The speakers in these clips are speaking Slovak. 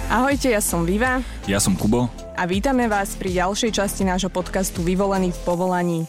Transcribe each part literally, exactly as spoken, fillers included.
Ahojte, ja som Viva. Ja som Kubo. A vítame vás pri ďalšej časti nášho podcastu Vyvolený v povolaní.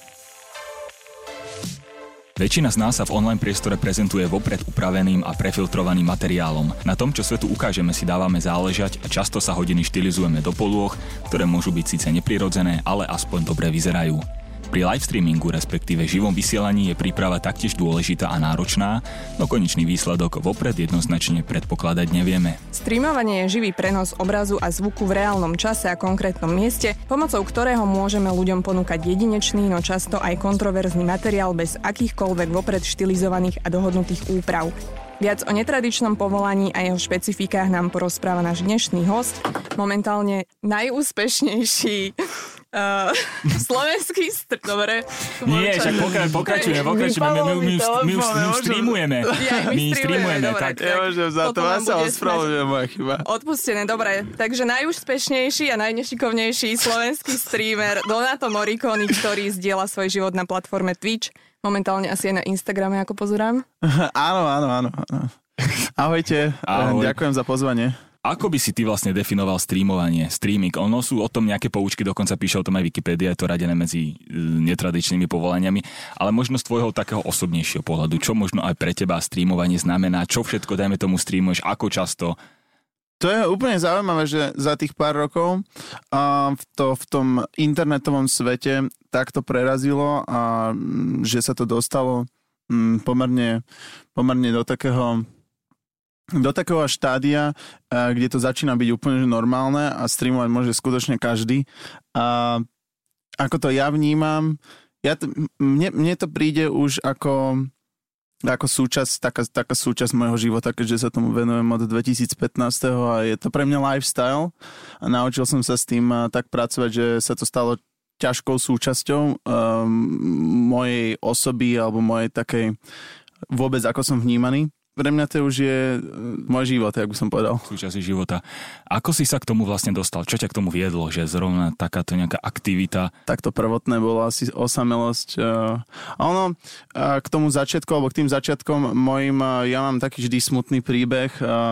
Väčšina z nás sa v online priestore prezentuje vopred upraveným a prefiltrovaným materiálom. Na tom, čo svetu ukážeme, si dávame záležať a často sa hodiny štilizujeme do polôch, ktoré môžu byť síce neprirodzené, ale aspoň dobre vyzerajú. Pri live streamingu, respektíve živom vysielaní, je príprava taktiež dôležitá a náročná, no konečný výsledok vopred jednoznačne predpokladať nevieme. Streamovanie je živý prenos obrazu a zvuku v reálnom čase a konkrétnom mieste, pomocou ktorého môžeme ľuďom ponúkať jedinečný, no často aj kontroverzný materiál bez akýchkoľvek vopred štilizovaných a dohodnutých úprav. Viac o netradičnom povolaní a jeho špecifikách nám porozpráva náš dnešný host, momentálne najúspešnejší uh, slovenský str... Dobre. Nie, však pokra- pokračujeme, pokračujeme. My, my, my, my, už, my už streamujeme. Ja, my, my streamujeme, tak. tak. Ja môžem za to, vás sa ospravedlňujem, moja chyba. Odpustené, dobre. Takže najúspešnejší a najnešikovnejší slovenský streamer Donato Morricone, ktorý zdieľa svoj život na platforme Twitch. Momentálne asi aj na Instagrame, ako pozerám. Áno, áno, áno. Ahojte, Ahoj. Ďakujem za pozvanie. Ako by si ty vlastne definoval streamovanie, streaming? Ono sú o tom nejaké poučky, dokonca píše o tom aj Wikipedia, je to radené medzi netradičnými povolaniami, ale možno z tvojho takého osobnejšieho pohľadu, čo možno aj pre teba streamovanie znamená, čo všetko, dajme tomu, streamuješ, ako často? To je úplne zaujímavé, že za tých pár rokov uh, to v tom internetovom svete takto prerazilo a že sa to dostalo um, pomerne, pomerne do takého do takého štádia, uh, kde to začína byť úplne normálne a streamovať môže skutočne každý. A ako to ja vnímam, ja t- mne, mne to príde už ako ako súčasť, taká, taká súčasť môjho života, keďže sa tomu venujem od dvetisícpätnásť a je to pre mňa lifestyle a naučil som sa s tým tak pracovať, že sa to stalo ťažkou súčasťou um, mojej osoby alebo mojej takej vôbec ako som vnímaný. Pre mňa to už je môj život, jak by som povedal. Súčasť života. Ako si sa k tomu vlastne dostal? Čo ťa k tomu viedlo, že zrovna takáto nejaká aktivita? Tak to prvotné bolo asi osamelosť. A ono k tomu začiatku, alebo k tým začiatkom mojim, ja mám taký vždy smutný príbeh.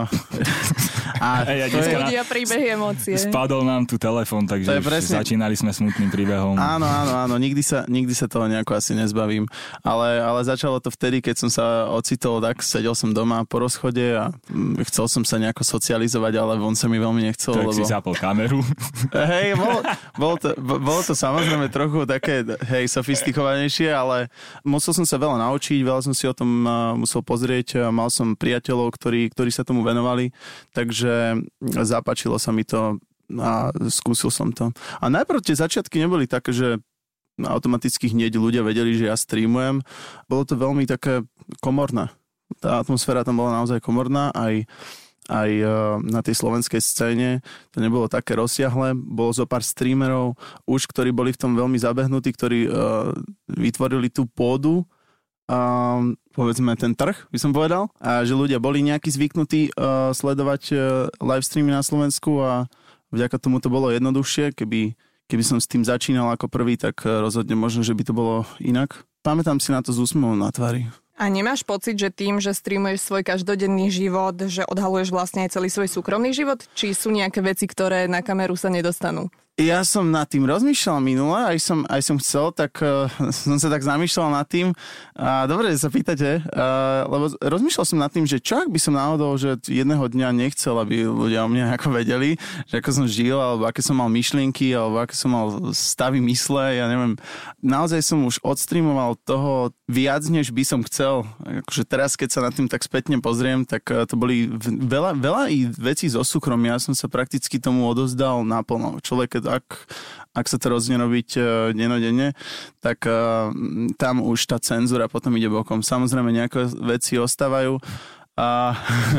A ja ľudia, príbehy, emócie. Spadol nám tu telefón, takže začínali sme smutným príbehom. Áno, áno, áno. Nikdy sa, nikdy sa toho nejako asi nezbavím. Ale, ale začalo to vtedy, keď som sa ocitol, tak sedel som doma po rozchode a chcel som sa nejako socializovať, ale on sa mi veľmi nechcel. Tak lebo... si zapol kameru. Hej, bolo, bolo, to, bolo to samozrejme trochu také, hej, sofistikovanejšie, ale musel som sa veľa naučiť, veľa som si o tom musel pozrieť, mal som priateľov, ktorí, ktorí sa tomu venovali, takže zapáčilo sa mi to a skúsil som to. A najprv tie začiatky neboli také, že automaticky hneď ľudia vedeli, že ja streamujem. Bolo to veľmi také komorné. Tá atmosféra tam bola naozaj komorná, aj, aj na tej slovenskej scéne to nebolo také rozsiahle, bolo zo pár streamerov už, ktorí boli v tom veľmi zabehnutí, ktorí uh, vytvorili tú pôdu, uh, povedzme ten trh, by som povedal, a že ľudia boli nejakí zvyknutí uh, sledovať uh, live streamy na Slovensku a vďaka tomu to bolo jednoduchšie, keby, keby som s tým začínal ako prvý, tak uh, rozhodne možno, že by to bolo inak. Pamätám si na to s úsmevom na tvári. A nemáš pocit, že tým, že streamuješ svoj každodenný život, že odhaluješ vlastne aj celý svoj súkromný život? Či sú nejaké veci, ktoré na kameru sa nedostanú? Ja som nad tým rozmýšľal minule, aj som, aj som chcel, tak uh, som sa tak zamýšľal nad tým. A dobre, že sa pýtate, uh, lebo rozmýšľal som nad tým, že čo ak by som náhodou, že jedného dňa nechcel, aby ľudia o mne ako vedeli, že ako som žil, alebo aké som mal myšlienky, alebo aké som mal stavy mysle, ja neviem. Naozaj som už odstreamoval toho viac, než by som chcel. Akože teraz, keď sa nad tým tak spätne pozriem, tak uh, to boli veľa, veľa i vecí zo súkromia. Ja som sa prakticky tomu odozdal naplno. Človek, Ak, ak sa to rozne robiť uh, denodenne, tak uh, tam už tá cenzúra potom ide bokom. Samozrejme nejaké veci ostávajú a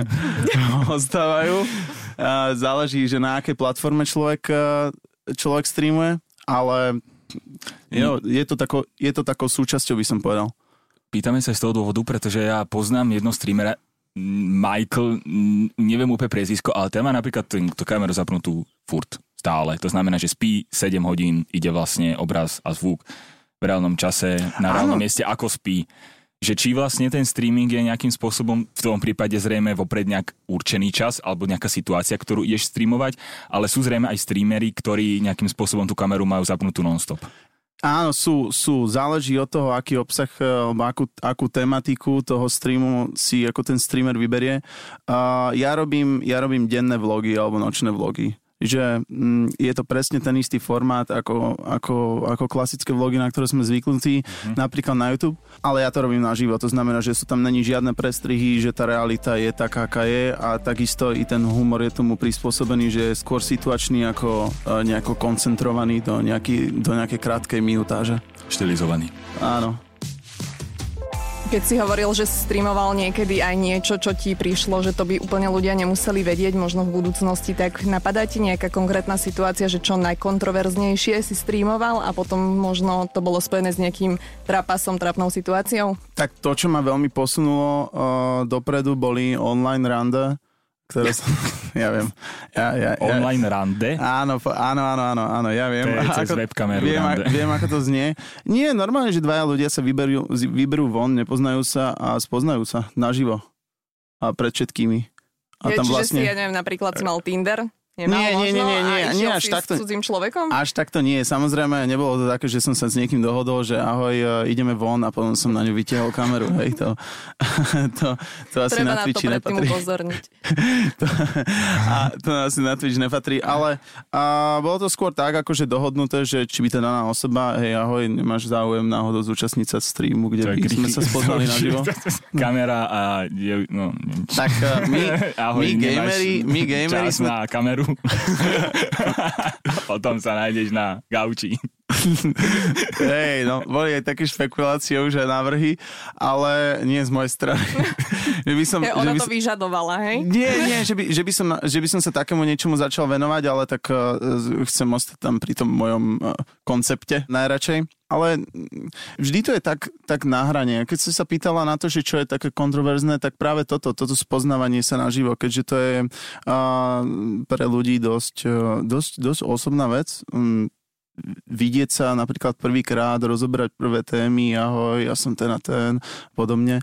ostávajú. A záleží, že na akej platforme človek, uh, človek streamuje, ale jo, je, to tako, je to takou súčasťou, by som povedal. Pýtame sa z toho dôvodu, pretože ja poznám jedno streamera, Michael, neviem úplne priezvisko, ale ten má napríklad tú kameru zapnutú furt. Stále. To znamená, že spí sedem hodín, ide vlastne obraz a zvuk v reálnom čase, na reálnom mieste, ako spí. že či vlastne ten streaming je nejakým spôsobom v tom prípade zrejme vopred nejak určený čas alebo nejaká situácia, ktorú ideš streamovať, ale sú zrejme aj streamery, ktorí nejakým spôsobom tú kameru majú zapnutú non-stop. Áno, sú, sú. Záleží od toho, aký obsah, akú, akú tematiku toho streamu si ako ten streamer vyberie. Uh, ja, robím, ja robím denné vlogy alebo nočné vlogy. Že mm, je to presne ten istý formát ako, ako, ako klasické vlogy, na ktoré sme zvyknutí, mm-hmm. napríklad na YouTube, ale ja to robím naživo, to znamená, že sú tam není žiadne prestrihy, že tá realita je taká, aká je a takisto i ten humor je tomu prispôsobený, že je skôr situačný ako uh, nejako koncentrovaný do, nejaký, do nejakej krátkej minutáže. Štilizovaný. Áno. Keď si hovoril, že streamoval niekedy aj niečo, čo ti prišlo, že to by úplne ľudia nemuseli vedieť, možno v budúcnosti, tak napadá ti nejaká konkrétna situácia, že čo najkontroverznejšie si streamoval a potom možno to bolo spojené s nejakým trapasom, trapnou situáciou? Tak to, čo ma veľmi posunulo uh, dopredu, boli online rande, ktoré som... Ja viem. Ja, ja, ja. Online rande? Áno, áno, áno, áno, áno, ja viem. To je cez webkameru viem, rande. Viem, ako to znie. Nie, normálne, že dvaja ľudia sa vyberú, vyberú von, nepoznajú sa a spoznajú sa naživo. A pred všetkými. A je, tam čiže vlastne... si, ja neviem, napríklad si mal Tinder? Nemal nie, nie, nie, nie, nie, a nie až takto. S cudzým človekom? Až takto nie. Samozrejme, nebolo to také, že som sa s niekým dohodol, že ahoj, ideme von a potom som na ňu vytiahol kameru. Hej, to, to, to asi Treba na Twitchi na to nepatrí. upozorniť. to, a to asi na Twitch nepatrí, ale a bolo to skôr tak, akože dohodnuté, že či by tá daná osoba, hej, ahoj, nemáš záujem náhodou zúčastniť sa streamu, kde by sme sa spoznali naživo. Kamera a... Je, no, tak my, ahoj, my gamery, my gamery sme... na kameru. Potom sa nájdeš na gauči. Hej, no, boli aj také špekulácie už aj návrhy, ale nie z mojej strany. že by som, je, ona že by to vyžadovala, hej? Nie, nie, že by, že, by som, že by som sa takému niečomu začal venovať, ale tak uh, chcem ostať tam pri tom mojom uh, koncepte najradšej. Ale vždy to je tak, tak na hrane. Keď si sa pýtala na to, že čo je také kontroverzné, tak práve toto, toto spoznávanie sa naživo, keďže to je uh, pre ľudí dosť, uh, dosť, dosť osobná vec. Um, vidieť sa napríklad prvýkrát, rozobrať prvé témy, ahoj, ja som ten a ten, podobne.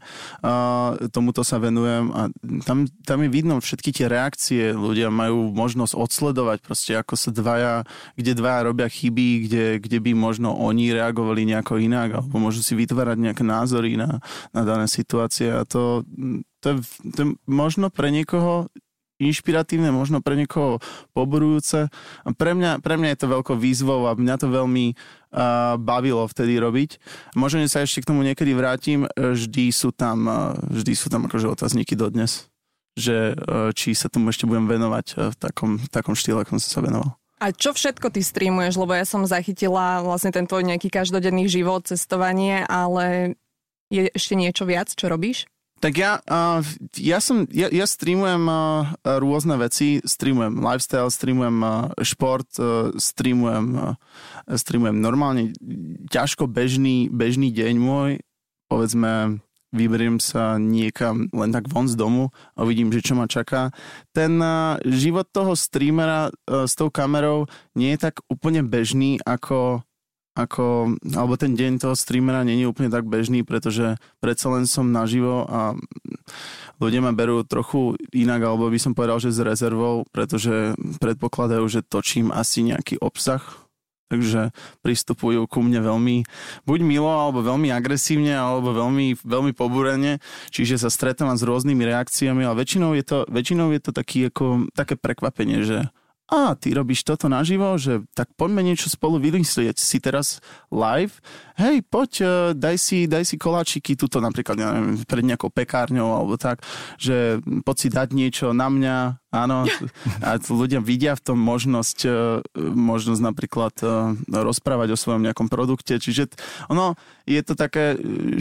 A tomuto sa venujem a tam, tam je vidno všetky tie reakcie. Ľudia majú možnosť odsledovať proste, ako sa dvaja, kde dvaja robia chyby, kde, kde by možno oni reagovali nejako inak, alebo môžu si vytvárať nejaké názory na, na dané situácie a to, to, je, to je možno pre niekoho inšpiratívne, možno pre niekoho poborujúce. Pre mňa, pre mňa je to veľkou výzvou a mňa to veľmi uh, bavilo vtedy robiť. Možno sa ešte k tomu niekedy vrátim. Vždy sú tam, uh, vždy sú tam akože otázniky dodnes. Že uh, či sa tomu ešte budem venovať uh, v takom, takom štýle, akom som sa venoval. A čo všetko ty streamuješ? Lebo ja som zachytila vlastne ten tvoj nejaký každodenný život, cestovanie, ale je ešte niečo viac, čo robíš? Tak ja, uh, ja, som, ja, ja streamujem uh, rôzne veci, streamujem lifestyle, streamujem uh, šport, uh, streamujem, uh, streamujem normálne ťažko bežný, bežný deň môj, povedzme, vyberiem sa niekam len tak von z domu a vidím, že čo ma čaká. Ten uh, život toho streamera uh, s tou kamerou nie je tak úplne bežný ako... Ako, alebo ten deň toho streamera nie je úplne tak bežný, pretože predsa len som naživo a ľudia ma berú trochu inak, alebo by som povedal, že s rezervou, pretože predpokladajú, že točím asi nejaký obsah. Takže pristupujú ku mne veľmi buď milo, alebo veľmi agresívne, alebo veľmi, veľmi pobúrene. Čiže sa stretávam s rôznymi reakciami, ale väčšinou je to, väčšinou je to taký, ako, také prekvapenie, že a ty robíš toto naživo, že tak poďme niečo spolu vymyslieť. Si teraz live? Hej, poď, daj si, daj si koláčiky, tuto napríklad, ja neviem, pred nejakou pekárňou alebo tak, že poď si dať niečo na mňa, áno. A ľudia vidia v tom možnosť, možnosť napríklad rozprávať o svojom nejakom produkte. Čiže ono, je to také,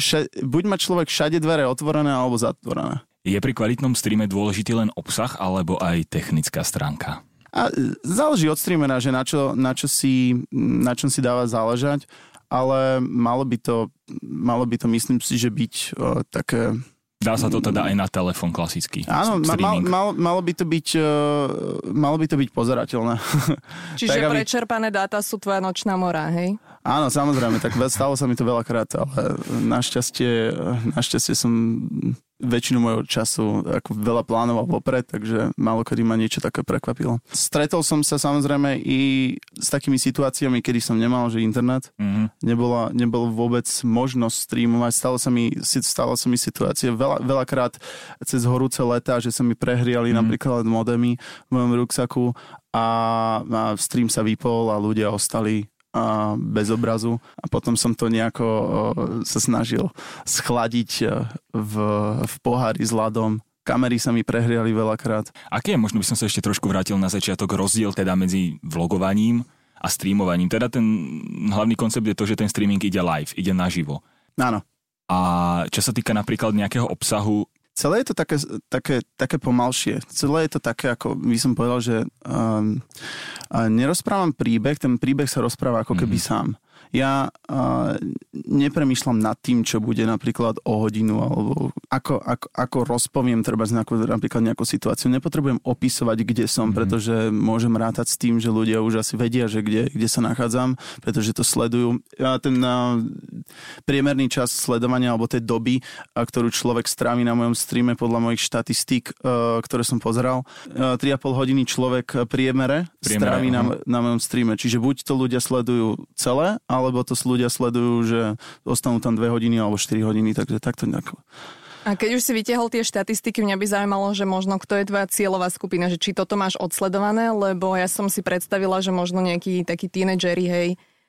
buď má človek všade dvere otvorené alebo zatvorené. Je pri kvalitnom streame dôležitý len obsah alebo aj technická stránka? A záleží od streamera, že na, čo, na, čo si, na čom si dáva záležať, ale malo by to, malo by to myslím si, že byť o, také... Dá sa to teda aj na telefón klasický. Áno, mal, mal, malo, by to byť, uh, malo by to byť pozerateľné. Čiže tak, aby... prečerpané dáta sú tvoja nočná mora, hej? Áno, samozrejme, tak stalo sa mi to veľakrát, ale našťastie, našťastie som väčšinu môjho času ako veľa plánoval vopred, takže málo kedy ma niečo také prekvapilo. Stretol som sa samozrejme i s takými situáciami, kedy som nemal, že internet. Mm-hmm. Nebola, nebolo vôbec možnosť streamovať. Stalo sa mi, stalo sa mi situácie veľa, veľakrát cez horúce leta, že sa mi prehriali mm-hmm. napríklad modemy v mojom ruksaku a, a stream sa vypol a ľudia ostali a bez obrazu a potom som to nejako o, sa snažil schladiť v, v pohári s ľadom. Kamery sa mi prehriali veľakrát. Aký je, možno by som sa ešte trošku vrátil na začiatok, rozdiel teda medzi vlogovaním a streamovaním? Teda ten hlavný koncept je to, že ten streaming ide live, ide naživo. Áno. A čo sa týka napríklad nejakého obsahu, celé je to také, také, také pomalšie. Celé je to také, ako by som povedal, že um, nerozprávam príbeh, ten príbeh sa rozpráva ako keby mm-hmm. sám. Ja uh, nepremýšľam nad tým, čo bude napríklad o hodinu, alebo ako, ako, ako rozpoviem treba nejakú, napríklad nejakú situáciu. Nepotrebujem opisovať, kde som, mm-hmm. pretože môžem rátať s tým, že ľudia už asi vedia, že kde, kde sa nachádzam, pretože to sledujú. A ten uh, priemerný čas sledovania alebo tej doby, a ktorú človek strávi na mojom streame podľa mojich štatistík, uh, ktoré som pozeral, uh, tri a pol hodiny človek priemere, priemere strávi uh-huh. na, na mojom streame. Čiže buď to ľudia sledujú celé, alebo to ľudia sledujú, že ostanú tam dve hodiny alebo štyri hodiny, takže takto nejako. A keď už si vytiahol tie štatistiky, mňa by zaujímalo, že možno kto je tvoja cieľová skupina, že či toto máš odsledované, lebo ja som si predstavila, že možno nejaký taký tínedžeri, hej,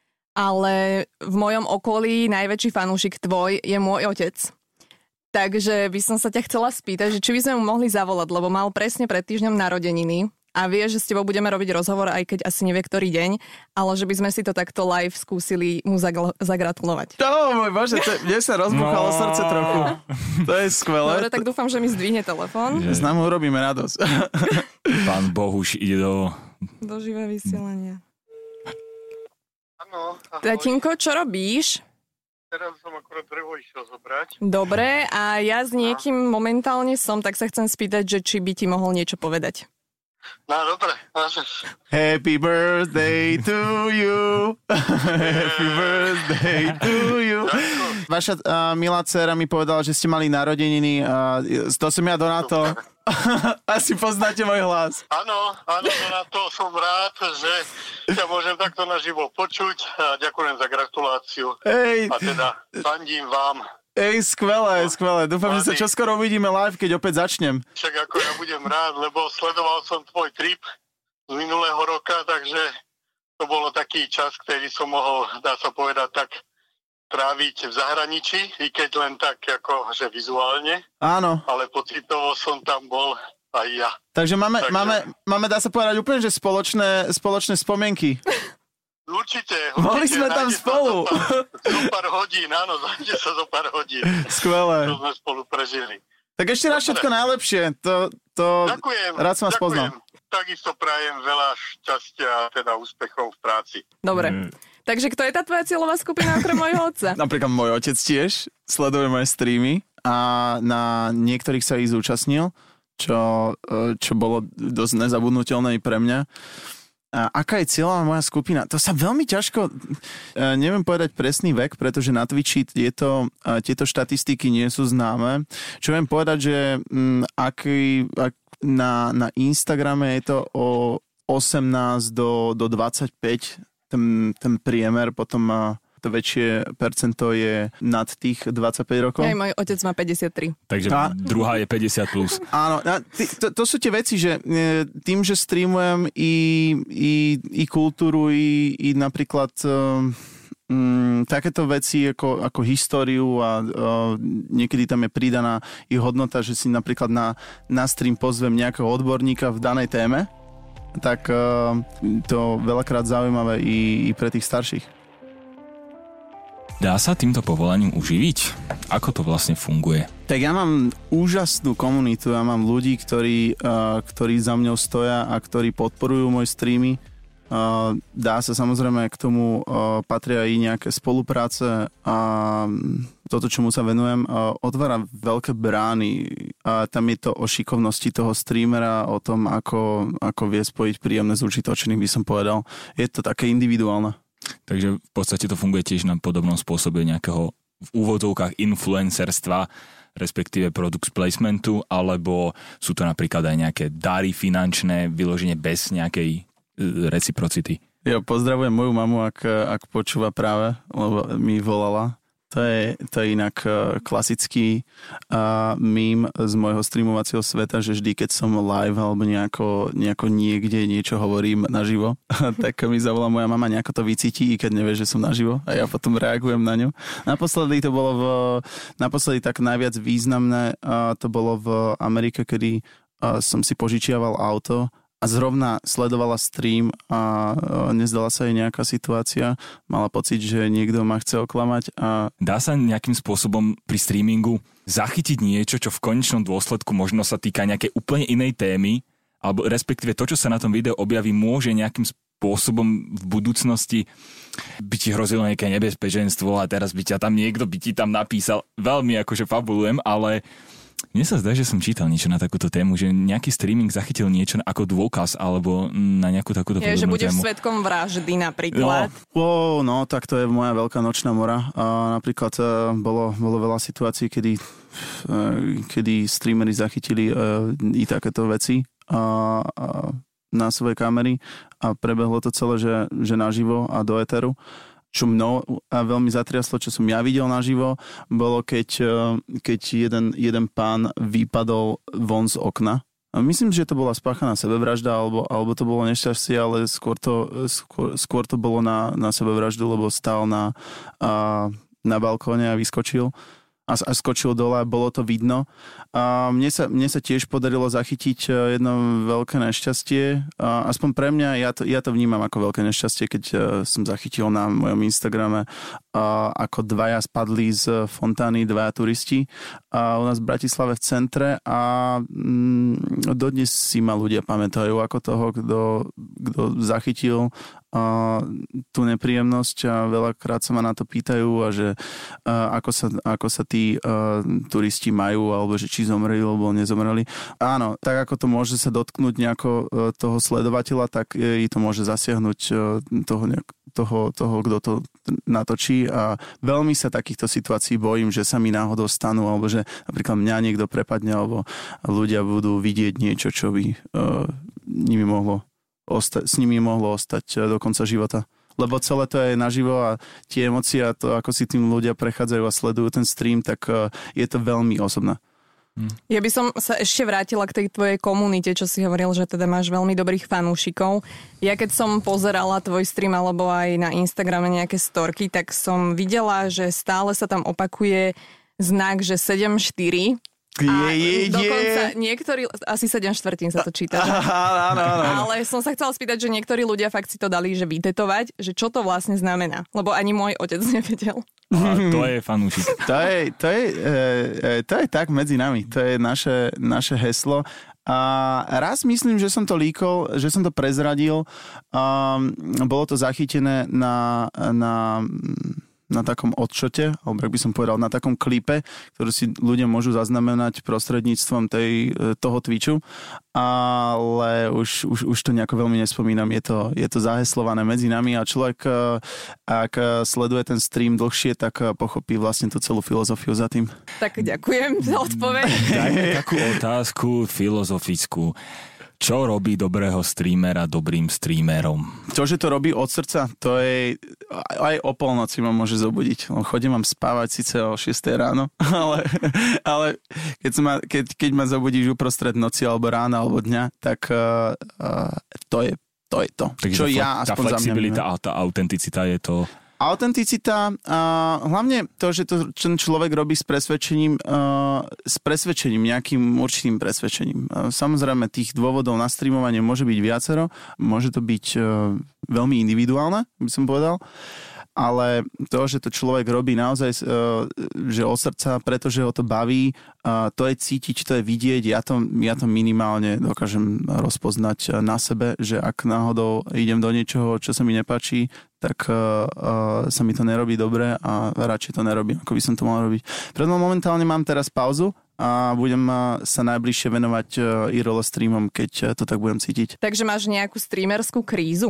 ale v mojom okolí najväčší fanúšik tvoj je môj otec. Takže by som sa ťa chcela spýtať, že či by sme mu mohli zavolať, lebo mal presne pred týždňom narodeniny a vie, že s tebou budeme robiť rozhovor, aj keď asi nevie ktorý deň, ale že by sme si to takto live skúsili mu zagl- zagratulovať. To, môj Bože, to, mne sa rozbuchalo no. srdce trochu. To je skvelé. Dobre, tak dúfam, že mi zdvihne telefón. S nami urobíme radosť. Pán Bohuš ide do... Do živé vysielania. Áno. Tatinko, čo robíš? Teraz som akorát drevo išiel zobrať. Dobre, a ja s niekým momentálne som, tak sa chcem spýtať, že či by ti mohol niečo povedať. No, dobre. Happy birthday to you. Happy birthday to you. Vaša uh, milá dcéra mi povedala, že ste mali narodeniny. Uh, to som ja, Donato. Asi poznáte môj hlas. Áno, áno, Donato, som rád, že ťa môžem takto naživo počuť. A ďakujem za gratuláciu. Ej. A teda fandím vám. Ej, skvelé, skvelé. Dúfam, že sa čoskoro uvidíme live, keď opäť začnem. Však ako ja budem rád, lebo sledoval som tvoj trip z minulého roka, takže to bolo taký čas, ktorý som mohol, dá sa povedať, tak tráviť v zahraničí, i keď len tak ako, že vizuálne. Áno. Ale pocitovo som tam bol aj ja. Takže máme, takže... máme, máme, dá sa povedať úplne, že spoločné, spoločné spomienky. Určite, určite. Mohli sme tam spolu. Zo pár hodín, áno, zájde sa zo pár hodín. Skvelé. To sme spolu prežili. Tak ešte raz všetko najlepšie. To, to... Ďakujem. Rád som vás poznal. Takisto prajem veľa šťastia a teda úspechov v práci. Dobre. Mm. Takže kto je tá tvoja cieľová skupina okrem mojho otca? Napríklad môj otec tiež sleduje moje streamy a na niektorých sa ich zúčastnil, čo, čo bolo dosť nezabudnutelné i pre mňa. A aká je cieľová moja skupina? To sa veľmi ťažko, neviem povedať presný vek, pretože na Twitchi tieto, tieto štatistiky nie sú známe. Čo viem povedať, že m, aký, ak, na, na Instagrame je to o osemnásť do, do dvadsaťpäť, ten, ten priemer, potom to väčšie percento je nad tých dvadsaťpäť rokov. Aj môj otec má päťdesiattri. Takže a... druhá je päťdesiat plus. Áno, to, to sú tie veci, že tým, že streamujem i, i, i kultúru, i, i napríklad um, takéto veci ako, ako históriu a uh, niekedy tam je pridaná i hodnota, že si napríklad na, na stream pozvem nejakého odborníka v danej téme, tak uh, to veľakrát zaujímavé i, i pre tých starších. Dá sa týmto povolaním uživiť? Ako to vlastne funguje? Tak ja mám úžasnú komunitu, ja mám ľudí, ktorí, uh, ktorí za mňou stoja a ktorí podporujú moje streamy. Uh, dá sa samozrejme k tomu uh, patria aj nejaké spolupráce a toto, čomu sa venujem, uh, otvára veľké brány a tam je to o šikovnosti toho streamera, o tom, ako, ako vie spojiť príjemné s užitočným, by som povedal. Je to také individuálne. Takže v podstate to funguje tiež na podobnom spôsobe nejakého v úvodzovkách influencerstva, respektíve product placementu, alebo sú to napríklad aj nejaké dary finančné, vyloženie bez nejakej reciprocity. Ja pozdravujem moju mamu, ak, ak počúva práve, lebo mi volala. To je, to je inak klasický uh, meme z môjho streamovacieho sveta, že vždy, keď som live alebo nejako, nejako niekde niečo hovorím naživo, tak mi zavolá moja mama, nejako to vycíti, i keď nevie, že som naživo a ja potom reagujem na ňu. Naposledy to bolo v, naposledy tak najviac významné, uh, to bolo v Amerike, kedy uh, som si požičiaval auto a zrovna sledovala stream a nezdala sa jej nejaká situácia. Mala pocit, že niekto ma chce oklamať. A... Dá sa nejakým spôsobom pri streamingu zachytiť niečo, čo v konečnom dôsledku možno sa týka nejakej úplne inej témy, alebo respektíve to, čo sa na tom videu objaví, môže nejakým spôsobom v budúcnosti by ti hrozilo nejaké nebezpečenstvo a teraz by ťa tam niekto by ti tam napísal. Veľmi akože fabulujem, ale... Mne sa zdá, že som čítal niečo na takúto tému, že nejaký streaming zachytil niečo ako dôkaz alebo na nejakú takúto podobnú tému. Je, že budeš svedkom vraždy napríklad. No, oh, no, tak to je moja veľká nočná mora. A napríklad uh, bolo, bolo veľa situácií, kedy, uh, kedy streamery zachytili uh, i takéto veci uh, uh, na svoje kamery a prebehlo to celé, že, že naživo a do éteru. Čo mnou veľmi zatriaslo, čo som ja videl naživo, bolo keď, keď jeden, jeden pán vypadol von z okna. Myslím, že to bola spáchaná sebevražda, alebo, alebo to bolo nešťastie, ale skôr to, skôr, skôr to bolo na, na sebevraždu, lebo stál na, na balkóne a vyskočil. A, a skočil dole, bolo to vidno. A mne sa, mne sa tiež podarilo zachytiť jedno veľké nešťastie. A aspoň pre mňa, ja to, ja to vnímam ako veľké nešťastie, keď som zachytil na mojom Instagrame, a ako dvaja spadli z fontány, dvaja turisti a u nás v Bratislave v centre a mm, dodnes si ma ľudia pamätajú ako toho, kto, kto zachytil a tú nepríjemnosť a veľakrát sa ma na to pýtajú a že a ako, sa, ako sa tí a, turisti majú alebo že či zomreli alebo nezomreli. Áno, tak ako to môže sa dotknúť nejako toho sledovateľa, tak i to môže zasiahnuť toho, toho, toho kto to natočí a veľmi sa takýchto situácií bojím, že sa mi náhodou stanú alebo že napríklad mňa niekto prepadne alebo ľudia budú vidieť niečo, čo by uh, nimi mohlo Osta- s nimi mohlo ostať do konca života. Lebo celé to je naživo a tie emócie a to, ako si tým ľudia prechádzajú a sledujú ten stream, tak je to veľmi osobné. Ja by som sa ešte vrátila k tej tvojej komunite, čo si hovoril, že teda máš veľmi dobrých fanúšikov. Ja keď som pozerala tvoj stream alebo aj na Instagrame nejaké storky, tak som videla, že stále sa tam opakuje znak, že sedem štyri. A je, je, dokonca niektorí, asi sedem štvrtín sa to číta, že? Áno, áno. Ale som sa chcela spýtať, že niektorí ľudia fakt si to dali, že vytetovať, že čo to vlastne znamená. Lebo ani môj otec nevedel. A to je fanúšik. To je, to, je, to je tak medzi nami. To je naše, naše heslo. A raz myslím, že som to líkol, že som to prezradil. Um, bolo to zachytené na... na na takom odšote, alebo ak by som povedal, na takom klipe, ktorý si ľudia môžu zaznamenať prostredníctvom tej, toho Twitchu, ale už, už, už to nejako veľmi nespomínam. Je to, je to zaheslované medzi nami a človek, ak sleduje ten stream dlhšie, tak pochopí vlastne tú celú filozofiu za tým. Tak ďakujem za odpoveď. Dajme takú otázku filozofickú. Čo robí dobrého streamera dobrým streamerom? To, že to robí od srdca, to je aj o polnoci ma môže zobudiť. Chodím vám spávať síce o šiestej ráno, ale, ale keď, ma, keď, keď ma zobudíš uprostred noci alebo rána alebo dňa, tak uh, uh, to je to. Je to. Takže čo tá, ja tá aspoň flexibilita za mňa, a tá autenticita je to... Autenticita, uh, hlavne to, že to ten človek robí s presvedčením, uh, s presvedčením, nejakým určitým presvedčením. Uh, samozrejme, tých dôvodov na streamovanie môže byť viacero, môže to byť uh, veľmi individuálne, by som povedal, ale to, že to človek robí naozaj, uh, že od srdca, pretože ho to baví, uh, to je cítiť, to je vidieť, ja to, ja to minimálne dokážem rozpoznať na sebe, že ak náhodou idem do niečoho, čo sa mi nepáči, tak uh, uh, sa mi to nerobí dobre a radšej to nerobím, ako by som to mal robiť. Preto momentálne mám teraz pauzu a budem uh, sa najbližšie venovať uh, I R L streamom, keď uh, to tak budem cítiť. Takže máš nejakú streamerskú krízu?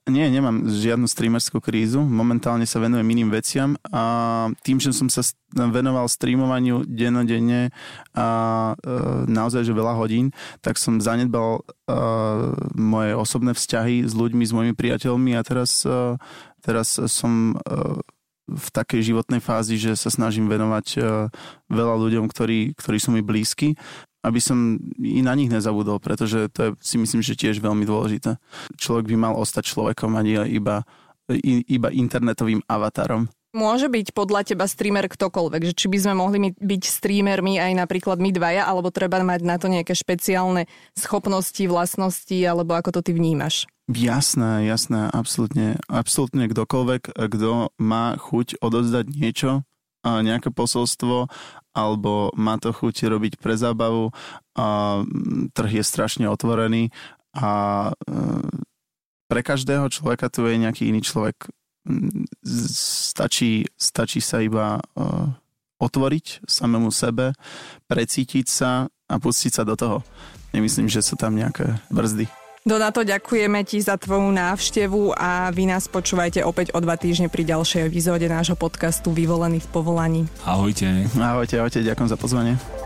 Nie, nemám žiadnu streamerskú krízu. Momentálne sa venujem iným veciam a tým, že som sa venoval streamovaniu dennodenne a e, naozaj, že veľa hodín, tak som zanedbal e, moje osobné vzťahy s ľuďmi, s mojimi priateľmi a teraz, e, teraz som e, v takej životnej fázi, že sa snažím venovať e, veľa ľuďom, ktorí, ktorí sú mi blízki, aby som i na nich nezabudol, pretože to je, si myslím, že tiež veľmi dôležité. Človek by mal ostať človekom a nie iba, iba internetovým avatarom. Môže byť podľa teba streamer ktokoľvek, že či by sme mohli byť streamermi aj napríklad my dvaja, alebo treba mať na to nejaké špeciálne schopnosti, vlastnosti, alebo ako to ty vnímaš? Jasné, jasné, absolútne, absolútne kdokoľvek, kto má chuť odozdať niečo, nejaké posolstvo, alebo má to chuť robiť pre zábavu a trh je strašne otvorený a pre každého človeka tu je nejaký iný človek. Stačí, stačí sa iba otvoriť samému sebe, precítiť sa a pustiť sa do toho. Nemyslím, že sú tam nejaké brzdy. Donato, ďakujeme ti za tvoju návštevu a vy nás počúvajte opäť o dva týždne pri ďalšej epizóde nášho podcastu Vyvolený v povolaní. Ahojte. Ahojte, ahojte, ďakujem za pozvanie.